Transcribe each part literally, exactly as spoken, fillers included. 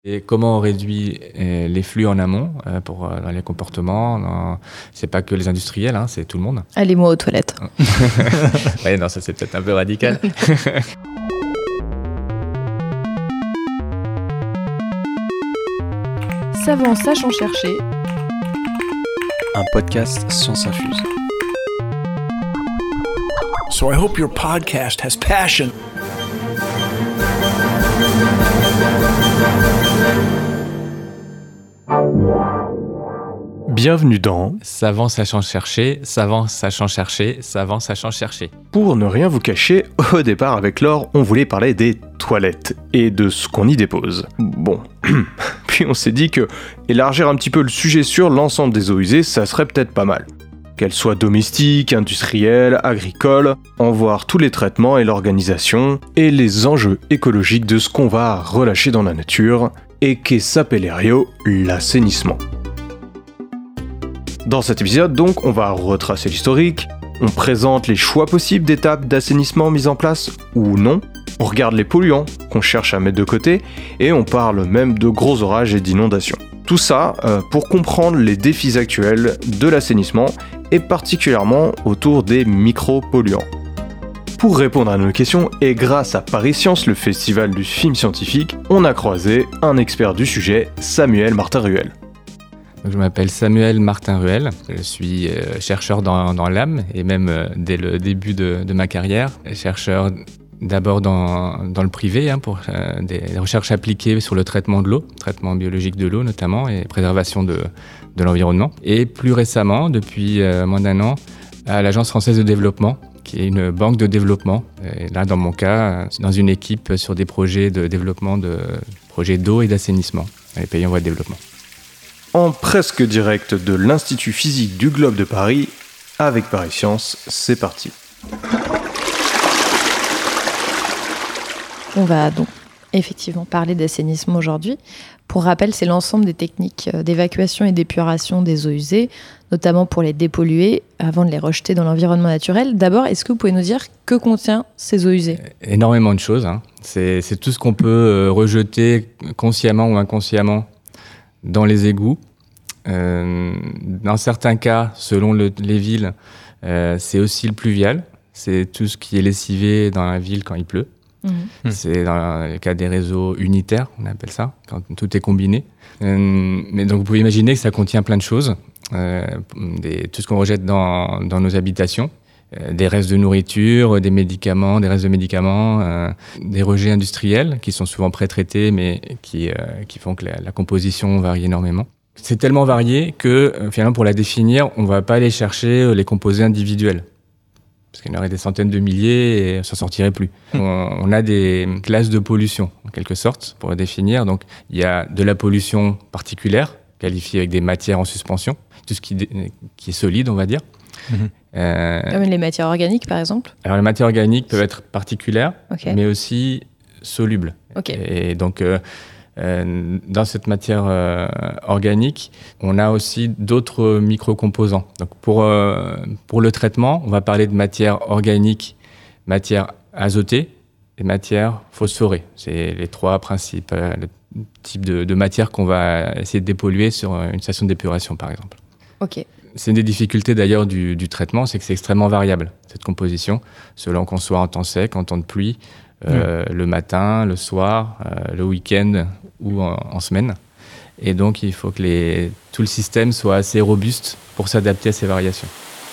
Et comment on réduit euh, les flux en amont euh, pour euh, dans les comportements dans... C'est pas que les industriels, hein, c'est tout le monde. Allez-moi aux toilettes. Ouais, non, ça c'est peut-être un peu radical. Savant sachant chercher. Un podcast Science Infuse. So I hope your podcast has passion. Bienvenue dans Savant sachant chercher, savant sachant chercher, savant sachant chercher. Pour ne rien vous cacher, au départ avec Laure, on voulait parler des toilettes et de ce qu'on y dépose. Bon, puis on s'est dit que élargir un petit peu le sujet sur l'ensemble des eaux usées, ça serait peut-être pas mal. Qu'elles soient domestiques, industrielles, agricoles, en voir tous les traitements et l'organisation, et les enjeux écologiques de ce qu'on va relâcher dans la nature, et qu'est sapellerio l'assainissement. Dans cet épisode, donc, on va retracer l'historique, on présente les choix possibles d'étapes d'assainissement mises en place ou non, on regarde les polluants qu'on cherche à mettre de côté, et on parle même de gros orages et d'inondations. Tout ça euh, pour comprendre les défis actuels de l'assainissement, et particulièrement autour des micro-polluants. Pour répondre à nos questions, et grâce à Paris Science, le festival du film scientifique, on a croisé un expert du sujet, Samuel Martin-Ruel. Je m'appelle Samuel Martin-Ruel, je suis euh, chercheur dans, dans l'A M et même euh, dès le début de, de ma carrière. Chercheur d'abord dans, dans le privé hein, pour euh, des, des recherches appliquées sur le traitement de l'eau, traitement biologique de l'eau notamment et préservation de, de l'environnement. Et plus récemment, depuis euh, moins d'un an, à l'Agence française de développement, qui est une banque de développement. Et là, dans mon cas, dans une équipe sur des projets de développement, de projets d'eau et d'assainissement dans les pays en voie de développement. En presque direct de l'Institut physique du Globe de Paris, avec Paris Science, c'est parti. On va donc effectivement parler d'assainissement aujourd'hui. Pour rappel, c'est l'ensemble des techniques d'évacuation et d'épuration des eaux usées, notamment pour les dépolluer avant de les rejeter dans l'environnement naturel. D'abord, est-ce que vous pouvez nous dire que contient ces eaux usées ? Énormément de choses. Hein. C'est, c'est tout ce qu'on peut rejeter consciemment ou inconsciemment dans les égouts. Euh, dans certains cas, selon le, les villes, euh, c'est aussi le pluvial. C'est tout ce qui est lessivé dans la ville quand il pleut. Mmh. C'est dans le cas des réseaux unitaires, on appelle ça, quand tout est combiné. Euh, mais donc vous pouvez imaginer que ça contient plein de choses. Euh, des, tout ce qu'on rejette dans, dans nos habitations. Euh, des restes de nourriture, des médicaments, des restes de médicaments, euh, des rejets industriels qui sont souvent pré-traités mais qui, euh, qui font que la, la composition varie énormément. C'est tellement varié que euh, finalement pour la définir, on ne va pas aller chercher les composés individuels. Parce qu'il y en aurait des centaines de milliers et on ne s'en sortirait plus. Mmh. On, on a des classes de pollution en quelque sorte pour la définir. Donc il y a de la pollution particulière, qualifiée avec des matières en suspension, tout ce qui, qui est solide on va dire. Mmh. Euh, Comme les matières organiques, par exemple ? Alors, les matières organiques peuvent être particulières, okay. mais aussi solubles. Okay. Et donc, euh, euh, dans cette matière euh, organique, on a aussi d'autres micro-composants. Donc, pour, euh, pour le traitement, on va parler de matières organiques, matières azotées et matières phosphorées. C'est les trois principes, euh, le type de, de matière qu'on va essayer de dépolluer sur une station d'épuration, par exemple. Ok. C'est une des difficultés d'ailleurs du, du traitement, c'est que c'est extrêmement variable, cette composition, selon qu'on soit en temps sec, en temps de pluie, euh, mmh. le matin, le soir, euh, le week-end ou en, en semaine. Et donc il faut que les, tout le système soit assez robuste pour s'adapter à ces variations.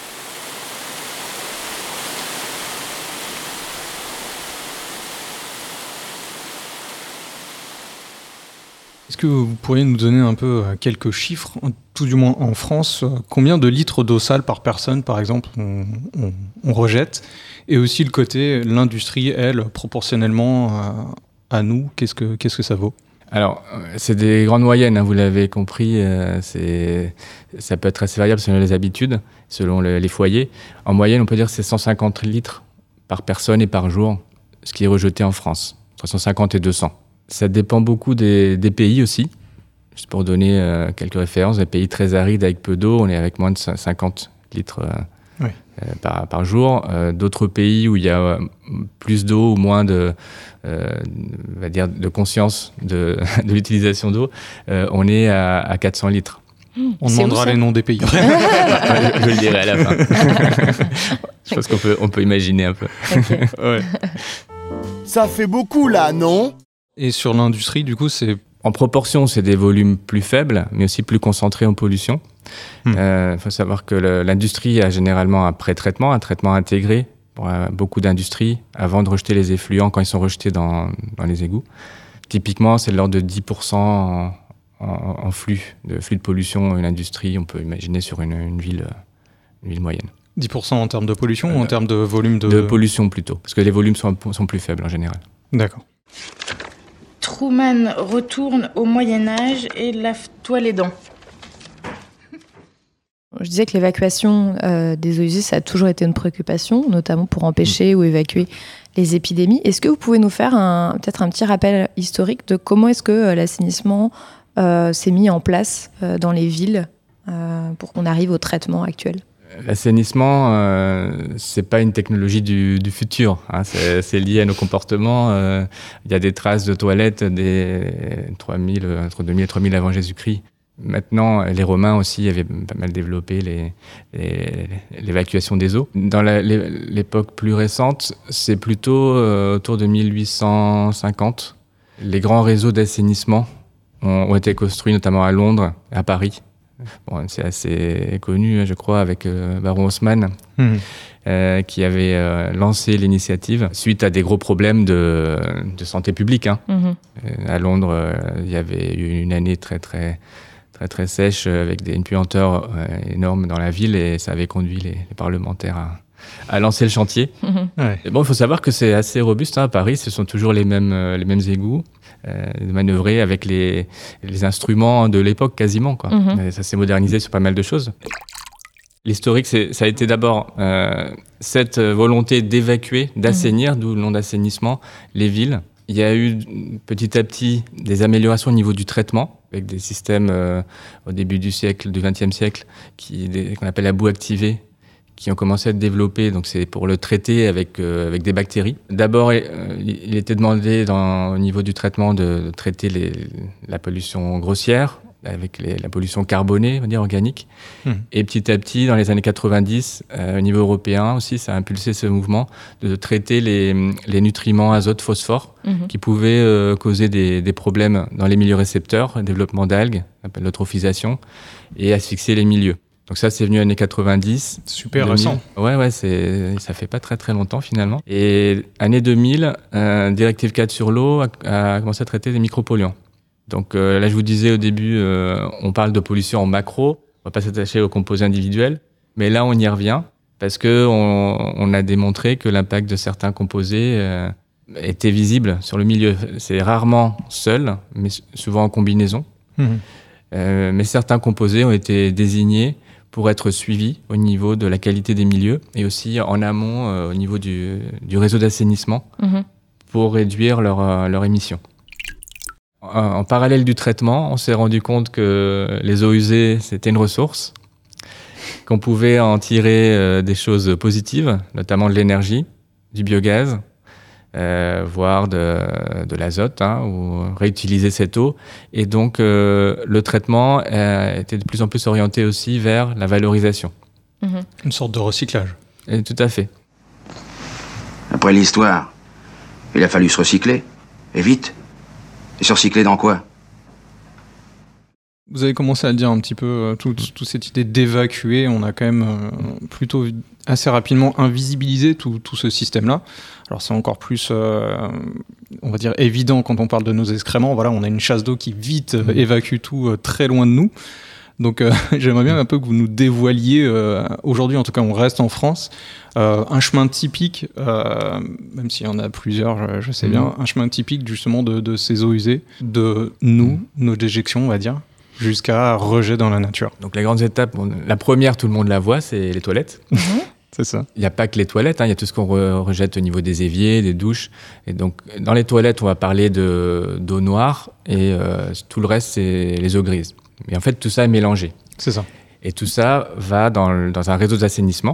Est-ce que vous pourriez nous donner un peu quelques chiffres, tout du moins en France, combien de litres d'eau sale par personne, par exemple, on, on, on rejette, et aussi le côté, l'industrie, elle, proportionnellement à, à nous, qu'est-ce que, qu'est-ce que ça vaut ? Alors, c'est des grandes moyennes, hein, vous l'avez compris, euh, c'est, ça peut être assez variable selon les habitudes, selon le, les foyers. En moyenne, on peut dire que c'est cent cinquante litres par personne et par jour, ce qui est rejeté en France, entre cent cinquante et deux cents. Ça dépend beaucoup des, des pays aussi. Juste pour donner euh, quelques références, des pays très arides avec peu d'eau, on est avec moins de cinquante litres euh, oui. euh, par, par jour. Euh, d'autres pays où il y a plus d'eau ou moins de, euh, on va dire de conscience de, de l'utilisation d'eau, euh, on est à, à quatre cents litres. On demandera les noms des pays. je, je le dirai à la fin. Je pense qu'on peut, on peut imaginer un peu. Okay. Ouais. Ça fait beaucoup là, non ? Et sur l'industrie, du coup, c'est... En proportion, c'est des volumes plus faibles, mais aussi plus concentrés en pollution. Il Hmm. euh, faut savoir que le, l'industrie a généralement un pré-traitement, un traitement intégré pour euh, beaucoup d'industries avant de rejeter les effluents quand ils sont rejetés dans, dans les égouts. Typiquement, c'est de l'ordre de dix pour cent en, en, en flux, de flux de pollution. Une industrie, on peut imaginer sur une, une, ville, une ville moyenne. dix pour cent en termes de pollution Euh, ou en termes de volume de... De pollution plutôt, parce que les volumes sont, sont plus faibles en général. D'accord. Truman retourne au Moyen-Âge et lave-toi les dents. Je disais que l'évacuation euh, des eaux usées, ça a toujours été une préoccupation, notamment pour empêcher mmh. ou évacuer les épidémies. Est-ce que vous pouvez nous faire un, peut-être un petit rappel historique de comment est-ce que euh, l'assainissement euh, s'est mis en place euh, dans les villes euh, pour qu'on arrive au traitement actuel ? L'assainissement, euh, c'est pas une technologie du, du futur. Hein, c'est, c'est lié à nos comportements. Euh, il y a des traces de toilettes des trois mille, entre deux mille et trois mille avant Jésus-Christ. Maintenant, les Romains aussi avaient pas mal développé les, les, l'évacuation des eaux. Dans la, l'époque plus récente, c'est plutôt euh, autour de mille huit cent cinquante. Les grands réseaux d'assainissement ont, ont été construits, notamment à Londres et à Paris. Bon, c'est assez connu, je crois, avec euh, Baron Haussmann, mmh. euh, qui avait euh, lancé l'initiative suite à des gros problèmes de, de santé publique. Hein. Mmh. Euh, à Londres, euh, il y avait eu une année très, très, très, très sèche avec des, une puanteur euh, énorme dans la ville et ça avait conduit les, les parlementaires à, à lancer le chantier. Mmh. Ouais. Et bon, il faut savoir que c'est assez robuste. Hein. À Paris, ce sont toujours les mêmes, euh, les mêmes égouts. Euh, de manœuvrer avec les, les instruments de l'époque quasiment. Quoi. Mmh. Ça s'est modernisé sur pas mal de choses. L'historique, c'est, ça a été d'abord euh, cette volonté d'évacuer, d'assainir, mmh. d'où le nom d'assainissement, les villes. Il y a eu petit à petit des améliorations au niveau du traitement, avec des systèmes euh, au début du siècle, du vingtième siècle, qui, des, qu'on appelle la boue activée, qui ont commencé à être développés, donc c'est pour le traiter avec, euh, avec des bactéries. D'abord, euh, il était demandé dans, au niveau du traitement de, de traiter les, la pollution grossière, avec les, la pollution carbonée, on va dire organique. Mmh. Et petit à petit, dans les années quatre-vingt-dix, euh, au niveau européen aussi, ça a impulsé ce mouvement de traiter les, les nutriments azote, phosphore, mmh. qui pouvaient euh, causer des, des problèmes dans les milieux récepteurs, développement d'algues, on appelle l'eutrophisation, et asphyxier les milieux. Donc ça, c'est venu années quatre-vingt-dix. Super deux mille. Récent. Ouais, ouais, c'est, ça fait pas très très longtemps finalement. Et année deux mille, euh, Directive quatre sur l'eau a, a commencé à traiter des micropolluants. Donc euh, là, je vous disais au début, euh, on parle de pollution en macro, on va pas s'attacher aux composés individuels, mais là, on y revient parce que on, on a démontré que l'impact de certains composés euh, était visible sur le milieu. C'est rarement seul, mais souvent en combinaison. Mmh. Euh, mais certains composés ont été désignés pour être suivis au niveau de la qualité des milieux et aussi en amont euh, au niveau du, du réseau d'assainissement mmh. pour réduire leur, euh, leur émission. En, en parallèle du traitement, on s'est rendu compte que les eaux usées, c'était une ressource, qu'on pouvait en tirer euh, des choses positives, notamment de l'énergie, du biogaz, Euh, voire de, de l'azote, hein, ou réutiliser cette eau. Et donc, euh, le traitement a été de plus en plus orienté aussi vers la valorisation. Mmh. Une sorte de recyclage. Et tout à fait. Après l'histoire, il a fallu se recycler. Et vite. Et se recycler dans quoi ? Vous avez commencé à le dire un petit peu, toute tout cette idée d'évacuer, on a quand même euh, plutôt assez rapidement invisibilisé tout, tout ce système-là. Alors c'est encore plus, euh, on va dire, évident quand on parle de nos excréments. Voilà, on a une chasse d'eau qui vite euh, évacue tout euh, très loin de nous. Donc euh, j'aimerais bien un peu que vous nous dévoiliez, euh, aujourd'hui en tout cas on reste en France, euh, un chemin typique, euh, même s'il y en a plusieurs, je, je sais mmh. bien, un chemin typique justement de, de ces eaux usées, de nous, mmh. nos déjections on va dire, jusqu'à rejet dans la nature. Donc les grandes étapes, bon, la première, tout le monde la voit, c'est les toilettes. Mmh. C'est ça. Il n'y a pas que les toilettes, hein, il y a tout ce qu'on re- rejette au niveau des éviers, des douches. Et donc dans les toilettes, on va parler de, d'eau noire et euh, tout le reste, c'est les eaux grises. Et en fait, tout ça est mélangé. C'est ça. Et tout ça va dans, dans un réseau d'assainissement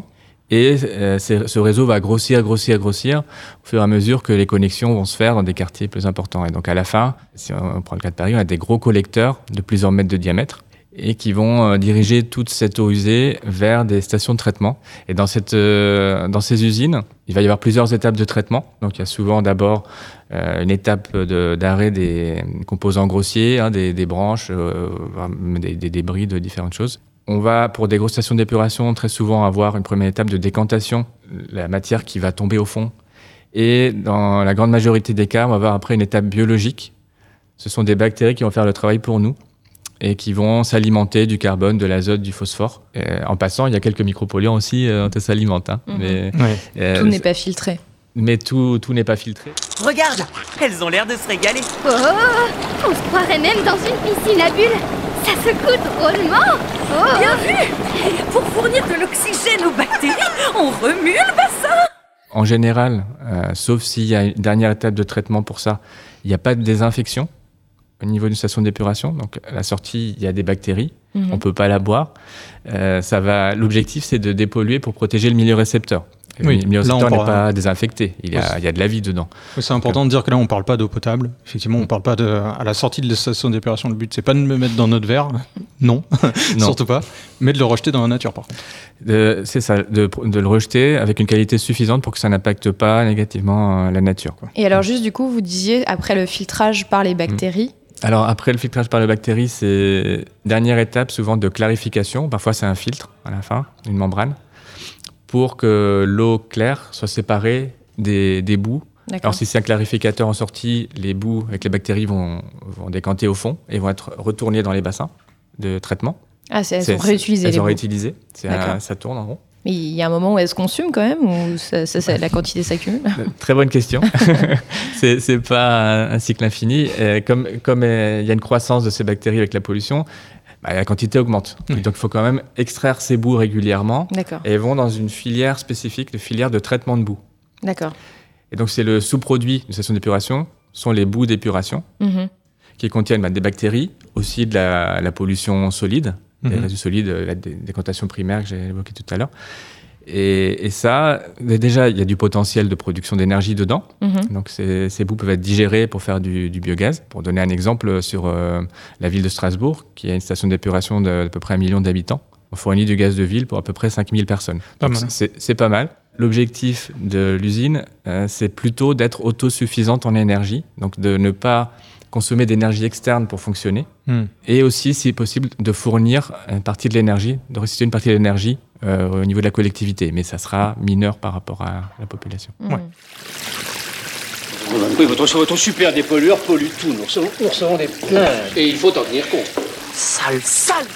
Et euh, ce réseau va grossir, grossir, grossir au fur et à mesure que les connexions vont se faire dans des quartiers plus importants. Et donc à la fin, si on prend le cas de Paris, on a des gros collecteurs de plusieurs mètres de diamètre et qui vont euh, diriger toute cette eau usée vers des stations de traitement. Et dans, cette, euh, dans ces usines, il va y avoir plusieurs étapes de traitement. Donc il y a souvent d'abord euh, une étape de, d'arrêt des composants grossiers, hein, des, des branches, euh, des, des débris de différentes choses. On va, pour des grosses stations d'épuration, très souvent avoir une première étape de décantation, la matière qui va tomber au fond. Et dans la grande majorité des cas, on va avoir après une étape biologique. Ce sont des bactéries qui vont faire le travail pour nous et qui vont s'alimenter du carbone, de l'azote, du phosphore. Et en passant, il y a quelques micropolluants aussi euh, qui s'alimentent. Hein. Mmh. Mais, ouais. euh, tout n'est pas filtré. Mais tout, tout n'est pas filtré. Regarde, elles ont l'air de se régaler. Oh, on se croirait même dans une piscine à bulles. Ça secoue drôlement. Oh. Bien vu. Pour fournir de l'oxygène aux bactéries, on remue le bassin. En général, euh, sauf s'il y a une dernière étape de traitement pour ça, il n'y a pas de désinfection au niveau d'une station d'épuration. Donc à la sortie, il y a des bactéries. Mmh. On ne peut pas la boire. Euh, ça va, l'objectif, c'est de dépolluer pour protéger le milieu récepteur. Oui, le milieu récepteur n'est pas désinfecté. Il y, a, il y a de la vie dedans. Oui, c'est important Donc, de dire que là, on ne parle pas d'eau potable. Effectivement, on ne parle pas de... À la sortie de la station d'épuration, le but, c'est pas de le mettre dans notre verre. Non, non. Surtout pas. Mais de le rejeter dans la nature, par contre. De, c'est ça, de, de le rejeter avec une qualité suffisante pour que ça n'impacte pas négativement la nature, quoi. Et alors, juste du coup, vous disiez, après le filtrage par les bactéries... Mmh. Alors après le filtrage par les bactéries, c'est dernière étape souvent de clarification. Parfois c'est un filtre à la fin, une membrane, pour que l'eau claire soit séparée des, des boues. D'accord. Alors si c'est un clarificateur en sortie, les boues avec les bactéries vont, vont décanter au fond et vont être retournées dans les bassins de traitement. Ah, c'est, elles c'est, sont réutilisées. Elles les sont boues. réutilisées. C'est un, ça tourne en rond. Mais il y a un moment où elles se consument quand même, ou ça, ça, ça, la quantité s'accumule? Très bonne question. c'est, c'est pas un cycle infini. Et comme comme euh, il y a une croissance de ces bactéries avec la pollution, bah, la quantité augmente. Oui. Donc il faut quand même extraire ces boues régulièrement. D'accord. Et elles vont dans une filière spécifique, une filière de traitement de boue. D'accord. Et donc c'est le sous-produit d'une station d'épuration, sont les boues d'épuration, mmh. qui contiennent bah, des bactéries, aussi de la, la pollution solide. Les résidus solides, la décantation primaire que j'ai évoquée tout à l'heure. Et, et ça, déjà, il y a du potentiel de production d'énergie dedans. Mm-hmm. Donc, ces, ces boues peuvent être digérées pour faire du, du biogaz. Pour donner un exemple, sur euh, la ville de Strasbourg, qui a une station d'épuration de, d'à peu près un million d'habitants, on fournit du gaz de ville pour à peu près cinq mille personnes. Pas Donc, mal. C'est, c'est pas mal. L'objectif de l'usine, euh, c'est plutôt d'être autosuffisante en énergie, donc de ne pas consommer d'énergie externe pour fonctionner, mm. et aussi, si possible, de fournir une partie de l'énergie, de restituer une partie de l'énergie euh, au niveau de la collectivité, mais ça sera mineur par rapport à la population. Mm. Ouais. Oui, votre, votre super dépollueur pollue tout. Nous recevons, nous recevons des plaintes. Et il faut en tenir compte. Sale, sale.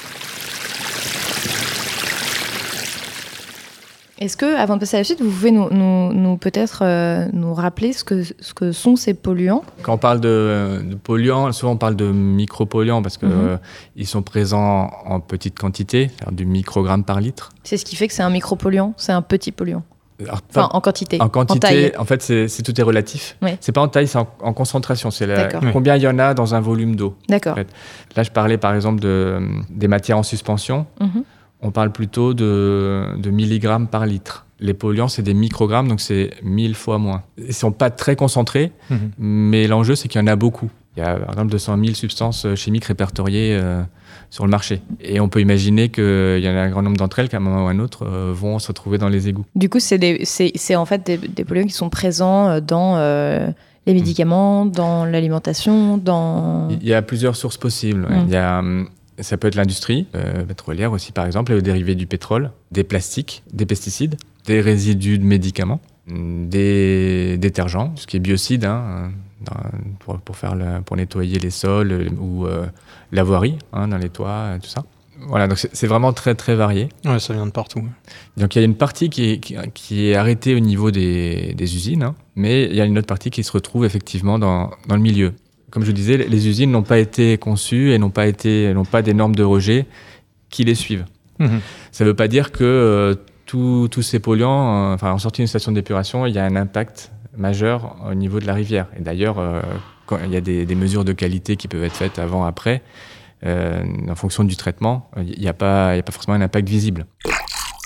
Est-ce que, avant de passer à la suite, vous pouvez nous, nous, nous peut-être euh, nous rappeler ce que, ce que sont ces polluants? Quand on parle de, de polluants, souvent on parle de micropolluants parce qu'ils mm-hmm. euh, sont présents en petite quantité, du microgramme par litre. C'est ce qui fait que c'est un micropolluant, c'est un petit polluant. Alors, enfin, en quantité. En quantité, en, taille. En fait, c'est, c'est tout est relatif. Oui. C'est pas en taille, c'est en, en concentration. C'est la, D'accord. combien il y en a dans un volume d'eau. D'accord. En fait. Là, je parlais par exemple de, des matières en suspension. Mm-hmm. On parle plutôt de, de milligrammes par litre. Les polluants, c'est des microgrammes, donc c'est mille fois moins. Ils ne sont pas très concentrés, mmh. mais l'enjeu, c'est qu'il y en a beaucoup. Il y a par exemple deux cent mille substances chimiques répertoriées euh, sur le marché. Et on peut imaginer qu'il y en a un grand nombre d'entre elles, qu'à un moment ou à un autre, euh, vont se retrouver dans les égouts. Du coup, c'est, des, c'est, c'est en fait des, des polluants qui sont présents dans euh, les médicaments, mmh. dans l'alimentation, dans... Il y a plusieurs sources possibles. Ouais. Mmh. Il y a... Ça peut être l'industrie euh, pétrolière aussi, par exemple, les dérivés du pétrole, des plastiques, des pesticides, des résidus de médicaments, des détergents, ce qui est biocide, hein, dans, pour, pour, faire le, pour nettoyer les sols ou euh, la voirie, hein, dans les toits, tout ça. Voilà, donc c'est, c'est vraiment très, très varié. Ouais, ça vient de partout. Donc il y a une partie qui est, qui, qui est arrêtée au niveau des, des usines, hein, mais il y a une autre partie qui se retrouve effectivement dans, dans le milieu. Comme je vous disais, les usines n'ont pas été conçues et n'ont pas, été, n'ont pas des normes de rejet qui les suivent. Mmh. Ça ne veut pas dire que euh, tous ces polluants, euh, enfin, en sortie d'une station d'épuration, il y a un impact majeur au niveau de la rivière. Et d'ailleurs, euh, quand il y a des, des mesures de qualité qui peuvent être faites avant, après, euh, en fonction du traitement, il n'y a pas, il n'y a pas forcément un impact visible.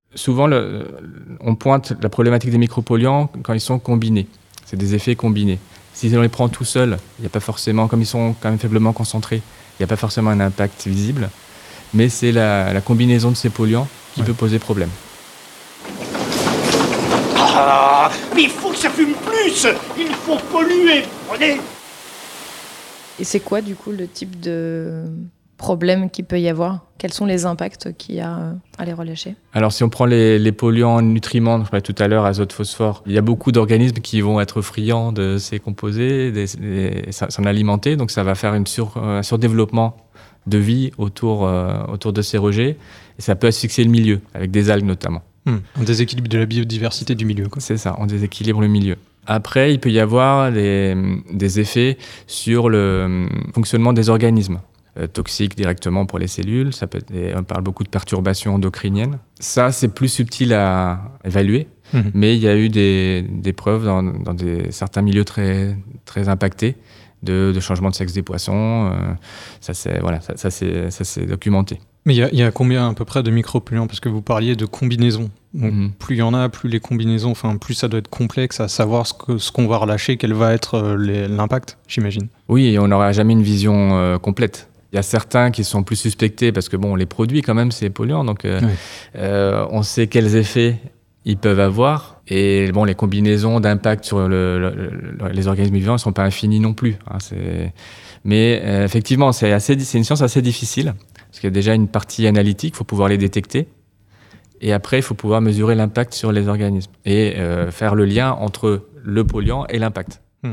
Souvent, le, on pointe la problématique des micropolluants quand ils sont combinés. C'est des effets combinés. Si on les prend tout seuls, il n'y a pas forcément, comme ils sont quand même faiblement concentrés, il n'y a pas forcément un impact visible, mais c'est la, la combinaison de ces polluants qui ouais. peut poser problème. Ah, mais il faut que ça fume plus. Il faut polluer, vous comprenez ? Et c'est quoi, du coup, le type de problème qu'il peut y avoir ? Quels sont les impacts qu'il y a à les relâcher ? Alors, si on prend les, les polluants nutriments, je parlais tout à l'heure, azote, phosphore, il y a beaucoup d'organismes qui vont être friands de ces composés, des, des, s'en alimenter, donc ça va faire une sur, un surdéveloppement de vie autour, euh, autour de ces rejets, et ça peut asphyxier le milieu, avec des algues notamment. Mmh, un déséquilibre de la biodiversité du milieu, quoi. C'est ça, on déséquilibre le milieu. Après, il peut y avoir des, des effets sur le fonctionnement des organismes. Euh, toxiques directement pour les cellules, ça peut être, on parle beaucoup de perturbations endocriniennes. Ça, c'est plus subtil à évaluer, mmh. mais il y a eu des, des preuves dans, dans des, certains milieux très, très impactés de, de changement de sexe des poissons. Euh, ça, c'est, voilà, ça, ça, c'est, ça, c'est documenté. Mais il y, y a combien à peu près de micropolluants ? Parce que vous parliez de combinaisons. Donc, mmh. plus il y en a, plus les combinaisons, enfin, plus ça doit être complexe à savoir ce, que, ce qu'on va relâcher, quel va être euh, les, l'impact, j'imagine. Oui, et on n'aura jamais une vision euh, complète. Il y a certains qui sont plus suspectés parce que bon, on les produit quand même, ces polluants, donc euh, oui. euh, on sait quels effets ils peuvent avoir. Et bon, les combinaisons d'impact sur le, le, le, les organismes vivants ne sont pas infinies non plus. Hein, c'est... Mais euh, effectivement, c'est, assez, c'est une science assez difficile parce qu'il y a déjà une partie analytique, il faut pouvoir les détecter. Et après, il faut pouvoir mesurer l'impact sur les organismes et euh, faire le lien entre le polluant et l'impact. Hmm.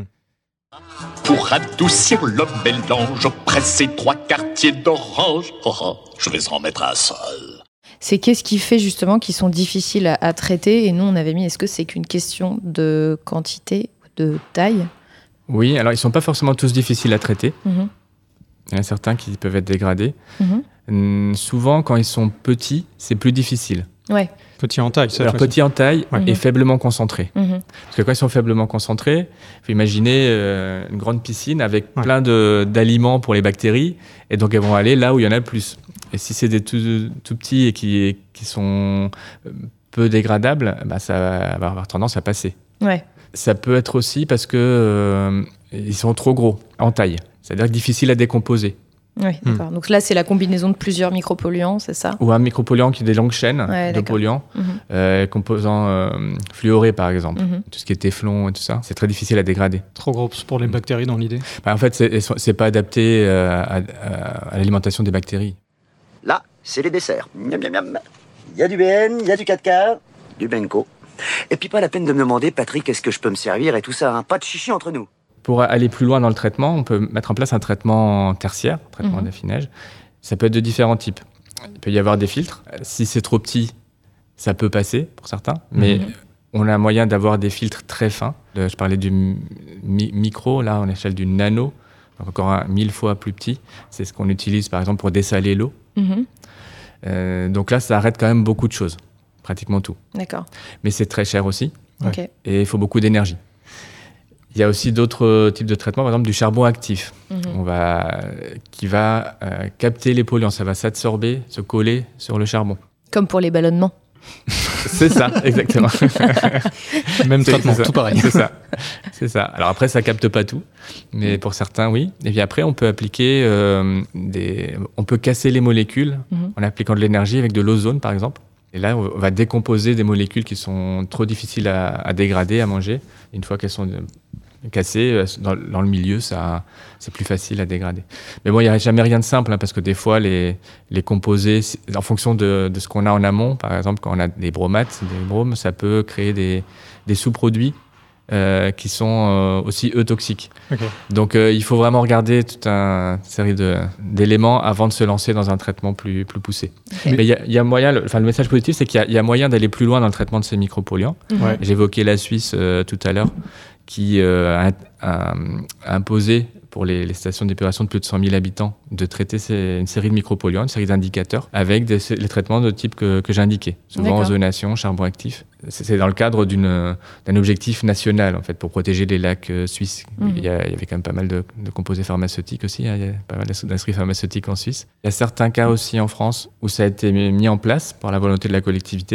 Pour adoucir le mélange, presser trois quartiers d'orange. Oh, oh, je vais en mettre un seul. C'est qu'est-ce qui fait justement qu'ils sont difficiles à, à traiter ? Et nous, on avait mis, est-ce que c'est qu'une question de quantité, de taille ? Oui, alors ils ne sont pas forcément tous difficiles à traiter. Mm-hmm. Il y en a certains qui peuvent être dégradés. Mm-hmm. Hum, souvent, quand ils sont petits, c'est plus difficile. Ouais. Petit en taille, ça. Alors, petit en taille ouais. et mmh. faiblement concentré. Mmh. Parce que quand ils sont faiblement concentrés, il faut imaginer euh, une grande piscine avec ouais. plein de, d'aliments pour les bactéries, et donc elles vont aller là où il y en a le plus. Et si c'est des tout, tout petits et qui, qui sont peu dégradables, bah, ça va avoir tendance à passer. Ouais. Ça peut être aussi parce que euh, ils sont trop gros en taille, c'est-à-dire difficiles à décomposer. Oui, d'accord. Mmh. Donc là, c'est la combinaison de plusieurs micropolluants, c'est ça ? Ou un micropolluant qui a des longues chaînes ouais, de d'accord. polluants, mmh. euh, composants euh, fluorés par exemple, mmh. tout ce qui est téflon et tout ça, c'est très difficile à dégrader. Trop gros pour les bactéries dans l'idée ? Bah, en fait, c'est, c'est pas adapté euh, à, à, à l'alimentation des bactéries. Là, c'est les desserts. Miam, miam, miam. Il y a du B N, il y a du quatre quarts, du Benko. Et puis pas la peine de me demander, Patrick, est-ce que je peux me servir et tout ça, hein ? Pas de chichi entre nous. Pour aller plus loin dans le traitement, on peut mettre en place un traitement tertiaire, un traitement mmh. d'affinage. Ça peut être de différents types. Il peut y avoir des filtres. Si c'est trop petit, ça peut passer pour certains, mais mmh. on a moyen d'avoir des filtres très fins. Je parlais du mi- micro, là, en échelle du nano, donc encore un mille fois plus petit. C'est ce qu'on utilise, par exemple, pour dessaler l'eau. Mmh. Euh, donc là, ça arrête quand même beaucoup de choses, pratiquement tout. D'accord. Mais c'est très cher aussi, okay. et il faut beaucoup d'énergie. Il y a aussi d'autres types de traitements, par exemple du charbon actif, mmh. on va, qui va euh, capter les polluants, ça va s'absorber, se coller sur le charbon. Comme pour les ballonnements. C'est ça, exactement. Même c'est, traitement, c'est tout pareil. C'est ça, c'est ça. Alors après, ça capte pas tout, mais pour certains, oui. Et puis après, on peut appliquer euh, des, on peut casser les molécules mmh. en appliquant de l'énergie avec de l'ozone, par exemple. Et là, on va décomposer des molécules qui sont trop difficiles à, à dégrader, à manger. Une fois qu'elles sont cassées, dans, dans le milieu, ça, c'est plus facile à dégrader. Mais bon, il n'y a jamais rien de simple, hein, parce que des fois, les, les composés, en fonction de, de ce qu'on a en amont, par exemple, quand on a des bromates, des bromes, ça peut créer des, des sous-produits euh, qui sont euh, aussi, eux, toxiques. Okay. Donc, euh, il faut vraiment regarder toute une série de, d'éléments avant de se lancer dans un traitement plus, plus poussé. Okay. Mais il y, y a moyen, le, enfin, le message positif, c'est qu'il y a, y a moyen d'aller plus loin dans le traitement de ces micropolluants. Mm-hmm. Ouais. J'évoquais la Suisse euh, tout à l'heure, qui euh, a, a, a imposé pour les, les stations d'épuration de plus de cent mille habitants de traiter ces, une série de micropolluants, une série d'indicateurs, avec des, les traitements de type que, que j'ai indiqué. Souvent ozonation, charbon actif. C'est, c'est dans le cadre d'une, d'un objectif national, en fait, pour protéger les lacs euh, suisses. Mmh. Il, y a, il y avait quand même pas mal de, de composés pharmaceutiques aussi, hein, il y a pas mal d'industries pharmaceutiques en Suisse. Il y a certains cas aussi en France où ça a été mis en place par la volonté de la collectivité.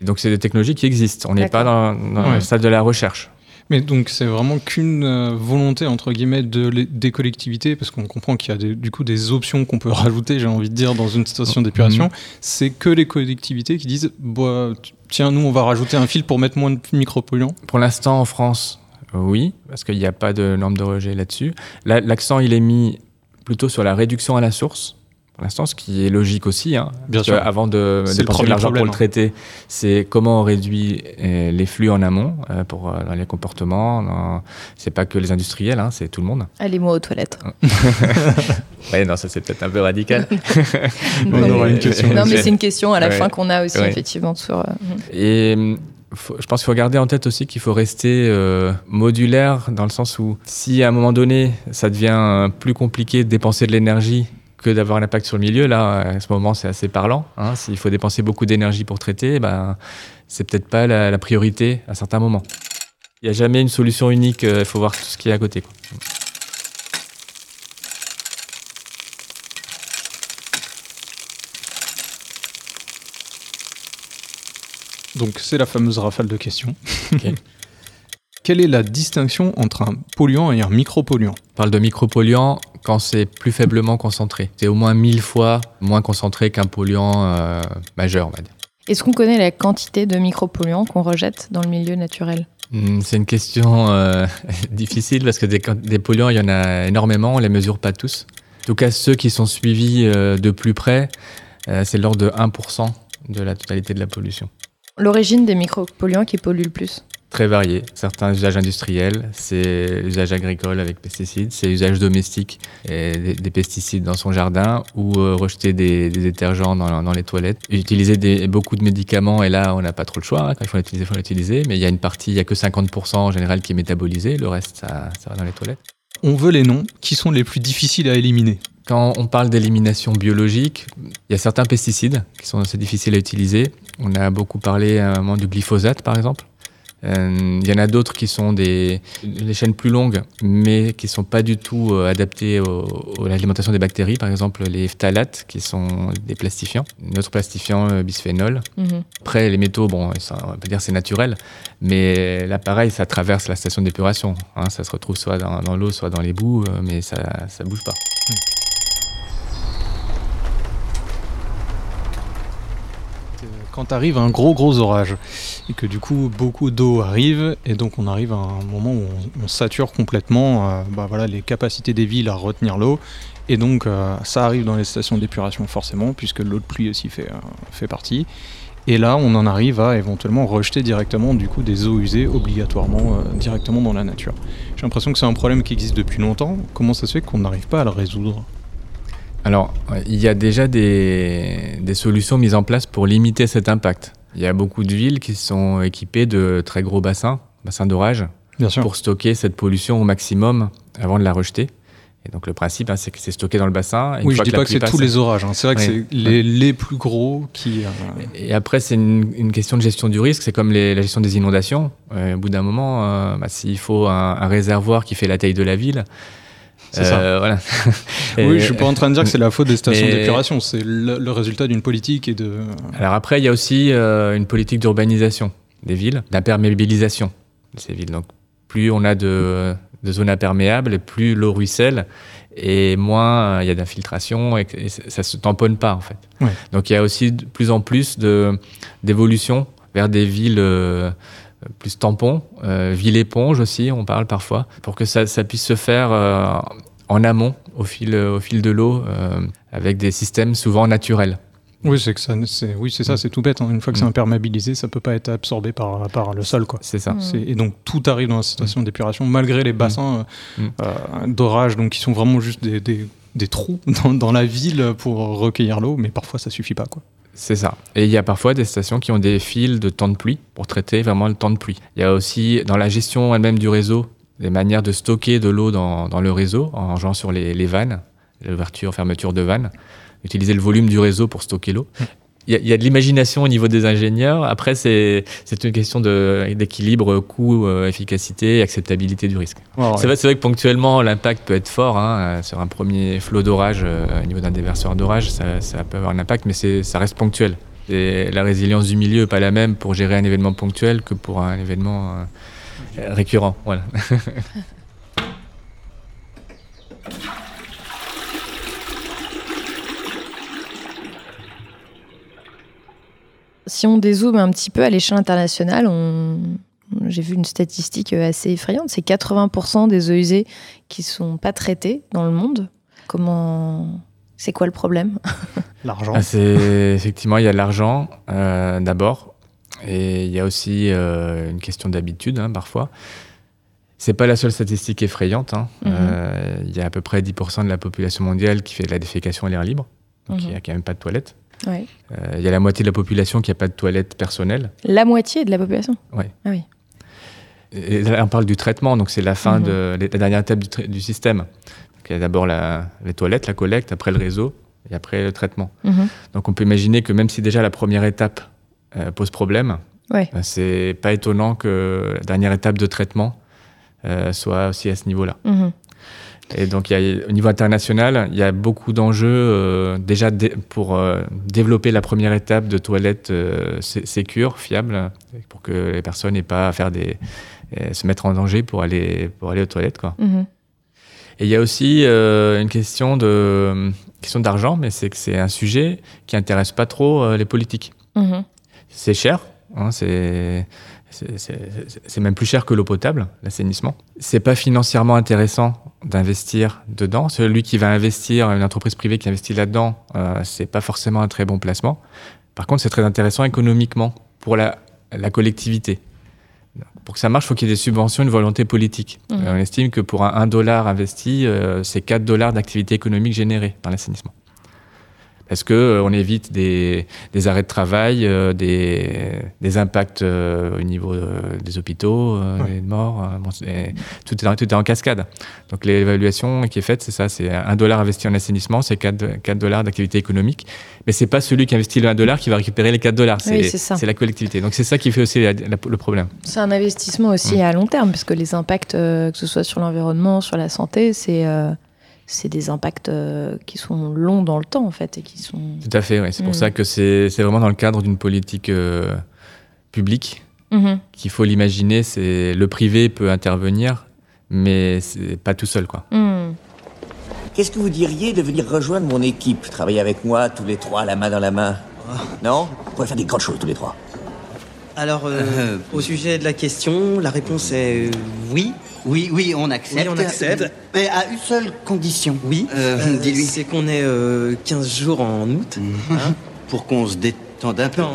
Donc c'est des technologies qui existent. On n'est pas dans, dans ouais. le stade de la recherche. Mais donc c'est vraiment qu'une euh, volonté entre guillemets de, les, des collectivités, parce qu'on comprend qu'il y a des, du coup des options qu'on peut rajouter, j'ai envie de dire, dans une station d'épuration. Mmh. C'est que les collectivités qui disent bah, tiens, nous on va rajouter un fil pour mettre moins de micropolluants. Pour l'instant en France, oui, parce qu'il n'y a pas de norme de rejet là-dessus. Là, l'accent il est mis plutôt sur la réduction à la source. Pour l'instant, ce qui est logique aussi, hein, Bien sûr. Avant de c'est dépenser de l'argent problème, pour le traiter, hein. C'est comment on réduit euh, les flux en amont euh, pour euh, dans les comportements. Dans... C'est pas que les industriels, hein, c'est tout le monde. Allez-moi aux toilettes. Ouais, non, ça c'est peut-être un peu radical. non, on aura une question. Non, mais c'est une question à la ouais. fin qu'on a aussi ouais. effectivement sur. Euh... Et faut, je pense qu'il faut garder en tête aussi qu'il faut rester euh, modulaire dans le sens où si à un moment donné ça devient plus compliqué de dépenser de l'énergie que d'avoir un impact sur le milieu, là, à ce moment, c'est assez parlant. Hein. S'il faut dépenser beaucoup d'énergie pour traiter, ben, c'est peut-être pas la, la priorité à certains moments. Il n'y a jamais une solution unique, il euh, faut voir tout ce qu'il y a à côté, quoi. Donc, c'est la fameuse rafale de questions. Okay. Quelle est la distinction entre un polluant et un micropolluant ? On parle de micropolluant quand c'est plus faiblement concentré. C'est au moins mille fois moins concentré qu'un polluant euh, majeur, on va dire. Est-ce qu'on connaît la quantité de micropolluants qu'on rejette dans le milieu naturel ? Mmh, c'est une question euh, difficile parce que des, des polluants, il y en a énormément, on ne les mesure pas tous. En tout cas, ceux qui sont suivis euh, de plus près, euh, c'est l'ordre de un pour cent de la totalité de la pollution. L'origine des micropolluants qui polluent le plus ? Très varié. Certains usages industriels, c'est l'usage agricole avec pesticides, c'est l'usage domestique et des, des pesticides dans son jardin ou euh, rejeter des, des détergents dans, dans les toilettes. Utiliser des, beaucoup de médicaments, et là, on n'a pas trop le choix. Hein. Quand il faut l'utiliser, il faut l'utiliser. Mais il y a une partie, il n'y a que cinquante pour cent en général qui est métabolisé. Le reste, ça, ça va dans les toilettes. On veut les noms. Qui sont les plus difficiles à éliminer ? Quand on parle d'élimination biologique, il y a certains pesticides qui sont assez difficiles à utiliser. On a beaucoup parlé à un moment du glyphosate, par exemple. Il euh, y en a d'autres qui sont des, des chaînes plus longues, mais qui ne sont pas du tout euh, adaptées au, au, à l'alimentation des bactéries. Par exemple, les phtalates, qui sont des plastifiants. Notre plastifiant, le bisphénol. Mm-hmm. Après, les métaux, bon, ça, on peut dire c'est naturel, mais là, pareil, ça traverse la station d'épuration. Hein, ça se retrouve soit dans, dans l'eau, soit dans les boues, mais ça ne bouge pas. Mm. Quand arrive un gros gros orage et que du coup beaucoup d'eau arrive et donc on arrive à un moment où on, on sature complètement euh, bah voilà, les capacités des villes à retenir l'eau et donc euh, ça arrive dans les stations d'épuration forcément puisque l'eau de pluie aussi fait, euh, fait partie et là on en arrive à éventuellement rejeter directement du coup des eaux usées obligatoirement euh, directement dans la nature. J'ai l'impression que c'est un problème qui existe depuis longtemps. Comment ça se fait qu'on n'arrive pas à le résoudre ? Alors, il y a déjà des, des solutions mises en place pour limiter cet impact. Il y a beaucoup de villes qui sont équipées de très gros bassins, bassins d'orage, pour stocker cette pollution au maximum avant de la rejeter. Et donc le principe, hein, c'est que c'est stocké dans le bassin. Oui, je ne dis pas que c'est passe, tous les orages. Hein. C'est vrai oui. que c'est les, les plus gros qui... Euh... Et après, c'est une, une question de gestion du risque. C'est comme les, la gestion des inondations. Euh, au bout d'un moment, euh, bah, s'il faut un, un réservoir qui fait la taille de la ville... C'est ça. Euh, voilà. Et oui, je suis pas en train de dire que c'est la faute des stations mais... d'épuration, c'est le, le résultat d'une politique et de... Alors après, il y a aussi euh, une politique d'urbanisation des villes, d'imperméabilisation de ces villes. Donc plus on a de, de zones imperméables, plus l'eau ruisselle et moins il euh, y a d'infiltration et, et ça se tamponne pas en fait. Ouais. Donc il y a aussi de plus en plus de, d'évolution vers des villes... Euh, plus tampons, euh, ville éponge aussi, on parle parfois, pour que ça, ça puisse se faire euh, en amont, au fil, au fil de l'eau, euh, avec des systèmes souvent naturels. Oui, c'est, que ça, c'est, oui, c'est ça, c'est tout bête. Hein. Une fois que c'est imperméabilisé, ça ne peut pas être absorbé par, par le sol, quoi. C'est ça. C'est, et donc, tout arrive dans la station d'épuration, malgré les bassins mmh. euh, d'orage, donc qui sont vraiment juste des, des, des trous dans, dans la ville pour recueillir l'eau, mais parfois, ça ne suffit pas, quoi. C'est ça. Et il y a parfois des stations qui ont des fils de temps de pluie pour traiter vraiment le temps de pluie. Il y a aussi, dans la gestion elle-même du réseau, des manières de stocker de l'eau dans, dans le réseau, en jouant sur les, les vannes, l'ouverture, fermeture de vannes, utiliser le volume du réseau pour stocker l'eau. Il y a, il y a de l'imagination au niveau des ingénieurs. Après, c'est, c'est une question de, d'équilibre coût, euh, efficacité et acceptabilité du risque. Oh, ouais. c'est, vrai, c'est vrai que ponctuellement, l'impact peut être fort. Hein, sur un premier flot d'orage, euh, au niveau d'un déverseur d'orage, ça, ça peut avoir un impact, mais c'est, ça reste ponctuel. Et la résilience du milieu n'est pas la même pour gérer un événement ponctuel que pour un événement euh, récurrent. Voilà. Si on dézoome un petit peu à l'échelle internationale, on... j'ai vu une statistique assez effrayante, c'est quatre-vingts pour cent des eaux usées qui ne sont pas traitées dans le monde. Comment... C'est quoi le problème ? L'argent. Ah, c'est... Effectivement, il y a l'argent euh, d'abord, et il y a aussi euh, une question d'habitude hein, parfois. C'est pas la seule statistique effrayante. Hein. Mm-hmm. Euh, il y a à peu près dix pour cent de la population mondiale qui fait de la défécation à l'air libre, donc mm-hmm. il n'y a quand même pas de toilettes. Ouais. Euh, il y a la moitié de la population qui n'a pas de toilette personnelle. La moitié de la population ? Oui. Ah oui. Et là, on parle du traitement, donc c'est la fin Mmh. de la dernière étape du, tra- du système. Donc, il y a d'abord la, les toilettes, la collecte, après le réseau et après le traitement. Mmh. Donc on peut imaginer que même si déjà la première étape euh, pose problème, ouais. ben, c'est pas étonnant que la dernière étape de traitement euh, soit aussi à ce niveau-là. Mmh. Et donc, il y a, au niveau international, il y a beaucoup d'enjeux euh, déjà dé- pour euh, développer la première étape de toilettes euh, sé- sécures, fiables, pour que les personnes n'aient pas à faire des, euh, se mettre en danger pour aller, pour aller aux toilettes, quoi. Mmh. Et il y a aussi euh, une question, de, question d'argent, mais c'est que c'est un sujet qui n'intéresse pas trop euh, les politiques. Mmh. C'est cher, hein, c'est... C'est, c'est, c'est même plus cher que l'eau potable, l'assainissement. C'est pas financièrement intéressant d'investir dedans. Celui qui va investir, une entreprise privée qui investit là-dedans, euh, c'est pas forcément un très bon placement. Par contre, c'est très intéressant économiquement pour la, la collectivité. Pour que ça marche, il faut qu'il y ait des subventions, une volonté politique. Mmh. Euh, on estime que pour un un dollar investi, euh, c'est quatre dollars d'activité économique générée par l'assainissement. Parce qu'on euh, évite des, des arrêts de travail, euh, des, des impacts euh, au niveau euh, des hôpitaux, euh, ouais. des morts. Euh, bon, et, tout, est, tout est en cascade. Donc l'évaluation qui est faite, c'est ça, c'est un dollar investi en assainissement, c'est quatre dollars d'activité économique. Mais ce n'est pas celui qui investit le un dollar qui va récupérer les quatre dollars, c'est, oui, c'est, c'est la collectivité. Donc c'est ça qui fait aussi la, la, le problème. C'est un investissement aussi mmh. à long terme, parce que les impacts, euh, que ce soit sur l'environnement, sur la santé, c'est... Euh... c'est des impacts euh, qui sont longs dans le temps, en fait, et qui sont... Tout à fait, oui. C'est mmh. pour ça que c'est, c'est vraiment dans le cadre d'une politique euh, publique mmh. qu'il faut l'imaginer. C'est, le privé peut intervenir, mais c'est pas tout seul, quoi. Mmh. Qu'est-ce que vous diriez de venir rejoindre mon équipe, travailler avec moi, tous les trois, la main dans la main ? oh. Non ? On pourrait faire des grandes choses, tous les trois. Alors, euh, euh, au sujet de la question, la réponse est euh, oui. Oui, oui, on accepte. Oui, on accepte. Mais à une seule condition. Oui, euh, euh, dis-lui. C'est qu'on ait euh, quinze jours en août. Mmh. Hein, pour qu'on se détende un peu.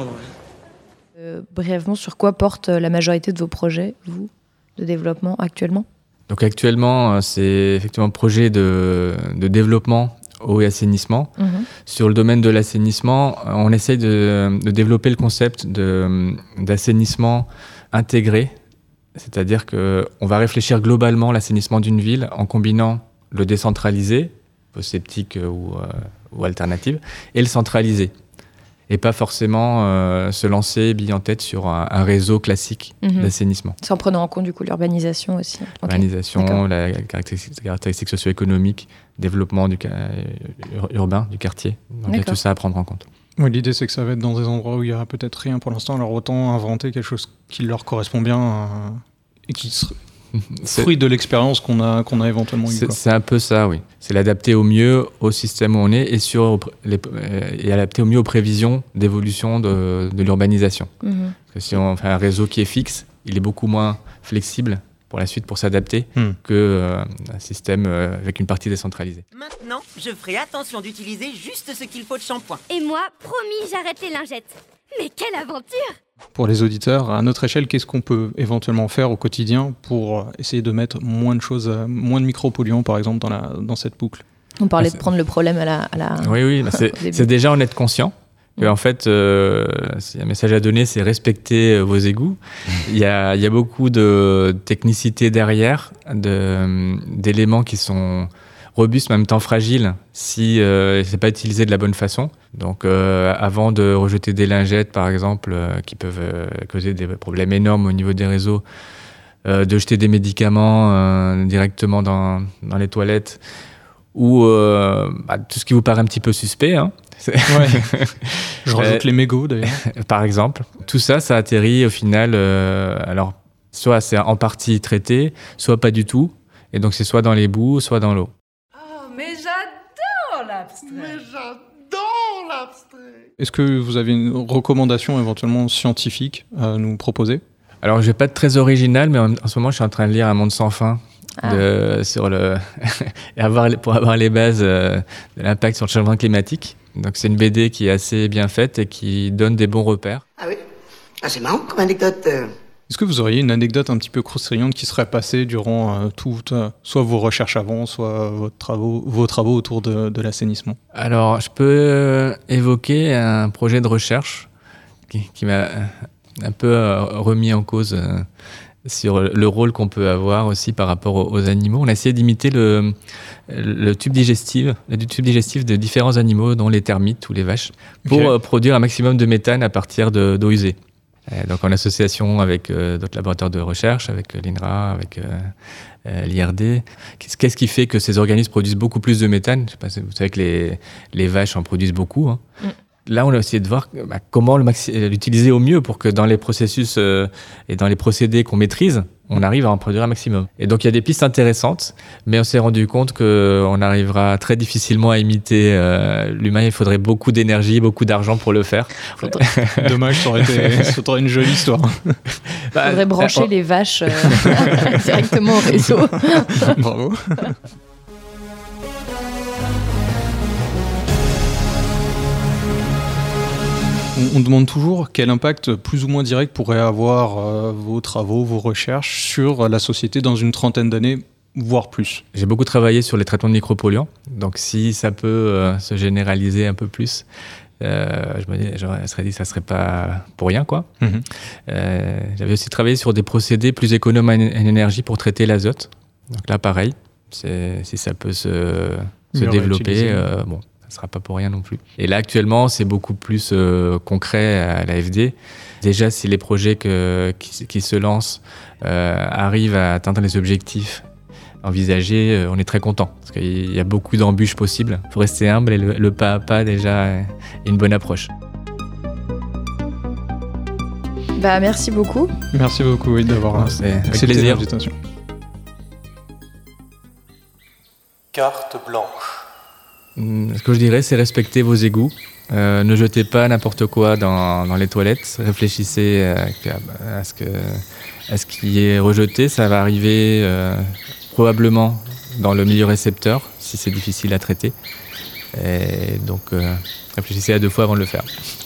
Euh, brièvement, sur quoi porte la majorité de vos projets, vous, de développement actuellement ? Donc actuellement, c'est effectivement un projet de, de développement eau et assainissement. Mmh. Sur le domaine de l'assainissement, on essaye de, de développer le concept de, d'assainissement intégré. C'est-à-dire qu'on va réfléchir globalement l'assainissement d'une ville en combinant le décentralisé, post-septique ou, euh, ou alternative, et le centralisé. Et pas forcément euh, se lancer bille en tête sur un, un réseau classique mmh. d'assainissement. C'est en prenant en compte du coup l'urbanisation aussi. L'urbanisation, okay. la caractéristique, caractéristique socio-économique, développement du, ur, urbain du quartier. Donc il y a tout ça à prendre en compte. Oui, l'idée, c'est que ça va être dans des endroits où il n'y aura peut-être rien pour l'instant, alors autant inventer quelque chose qui leur correspond bien euh, et qui serait fruit de l'expérience qu'on a, qu'on a éventuellement c'est, eu. C'est un peu ça, oui. C'est l'adapter au mieux au système où on est et, sur, les, et adapter au mieux aux prévisions d'évolution de, de l'urbanisation. Mmh. Parce que si on fait un réseau qui est fixe, il est beaucoup moins flexible pour la suite pour s'adapter mmh. qu'un euh, système euh, avec une partie décentralisée. Maintenant, je ferai attention d'utiliser juste ce qu'il faut de shampoing. Et moi, promis, j'arrête les lingettes. Mais quelle aventure! Pour les auditeurs, à notre échelle, qu'est-ce qu'on peut éventuellement faire au quotidien pour essayer de mettre moins de choses, moins de micropolluants, par exemple, dans, la, dans cette boucle? On parlait ah, de prendre le problème à la... À la... Oui, oui, bah c'est, c'est déjà en être conscient. Que, en fait, euh, c'est un message à donner, c'est respecter vos égouts. Il y a, il y a beaucoup de technicité derrière, de, d'éléments qui sont robustes, mais en même temps fragiles, si euh, c'est pas utilisé de la bonne façon. Donc, euh, avant de rejeter des lingettes, par exemple, euh, qui peuvent euh, causer des problèmes énormes au niveau des réseaux, euh, de jeter des médicaments euh, directement dans, dans les toilettes, ou euh, bah, tout ce qui vous paraît un petit peu suspect, hein. Ouais. Je rajoute les mégots d'ailleurs. Par exemple. Tout ça, ça atterrit au final, euh, alors soit c'est en partie traité, soit pas du tout. Et donc c'est soit dans les boues, soit dans l'eau. Oh, mais j'adore l'abstrait. Mais j'adore l'abstrait. Est-ce que vous avez une recommandation éventuellement scientifique à nous proposer ? Alors je vais pas être très original, mais en, en ce moment je suis en train de lire Un monde sans fin. Ah. De, sur le et avoir, pour avoir les bases euh, de l'impact sur le changement climatique. Donc c'est une B D qui est assez bien faite et qui donne des bons repères. Ah oui ? Ah, c'est marrant comme anecdote. Euh... Est-ce que vous auriez une anecdote un petit peu croustillante qui serait passée durant euh, tout, euh, soit vos recherches avant, soit votre travaux, vos travaux autour de, de l'assainissement ? Alors je peux euh, évoquer un projet de recherche qui, qui m'a un peu euh, remis en cause euh, sur le rôle qu'on peut avoir aussi par rapport aux, aux animaux. On a essayé d'imiter le, le tube digestif, le tube digestif de différents animaux, dont les termites ou les vaches, pour okay. euh, produire un maximum de méthane à partir de, d'eau usée. Et donc en association avec euh, d'autres laboratoires de recherche, avec euh, l'I N R A, avec euh, euh, l'I R D. Qu'est-ce, qu'est-ce qui fait que ces organismes produisent beaucoup plus de méthane ? Je sais pas, vous savez que les, les vaches en produisent beaucoup, hein. Mm. Là, on a essayé de voir bah, comment le maxi- l'utiliser au mieux pour que dans les processus euh, et dans les procédés qu'on maîtrise, on arrive à en produire un maximum. Et donc, il y a des pistes intéressantes, mais on s'est rendu compte qu'on arrivera très difficilement à imiter euh, l'humain. Il faudrait beaucoup d'énergie, beaucoup d'argent pour le faire. Dommage, ça aurait été ça aurait une jolie histoire. Il bah, faudrait brancher euh, les vaches euh, directement au réseau. Bravo. On demande toujours quel impact plus ou moins direct pourraient avoir euh, vos travaux, vos recherches sur la société dans une trentaine d'années, voire plus. J'ai beaucoup travaillé sur les traitements de micropolluants, donc si ça peut euh, se généraliser un peu plus, euh, je me dis, je serais dit que ça serait pas pour rien, quoi. Mm-hmm. Euh, j'avais aussi travaillé sur des procédés plus économes en énergie pour traiter l'azote. Donc là, pareil, c'est, si ça peut se, se développer, euh, bon. Ça ne sera pas pour rien non plus. Et là, actuellement, c'est beaucoup plus euh, concret à l'A F D. Déjà, si les projets que, qui, qui se lancent euh, arrivent à atteindre les objectifs envisagés, euh, on est très content. Parce qu'il y a beaucoup d'embûches possibles. Il faut rester humble et le, le pas à pas, déjà, est une bonne approche. Bah, merci beaucoup. Merci beaucoup oui, d'avoir non, c'est accepté l'invitation. Carte blanche. Ce que je dirais, c'est respecter vos égouts. Euh, ne jetez pas n'importe quoi dans, dans les toilettes. Réfléchissez à, à, ce que, à ce qui est rejeté. Ça va arriver euh, probablement dans le milieu récepteur, si c'est difficile à traiter. Et donc, euh, réfléchissez à deux fois avant de le faire.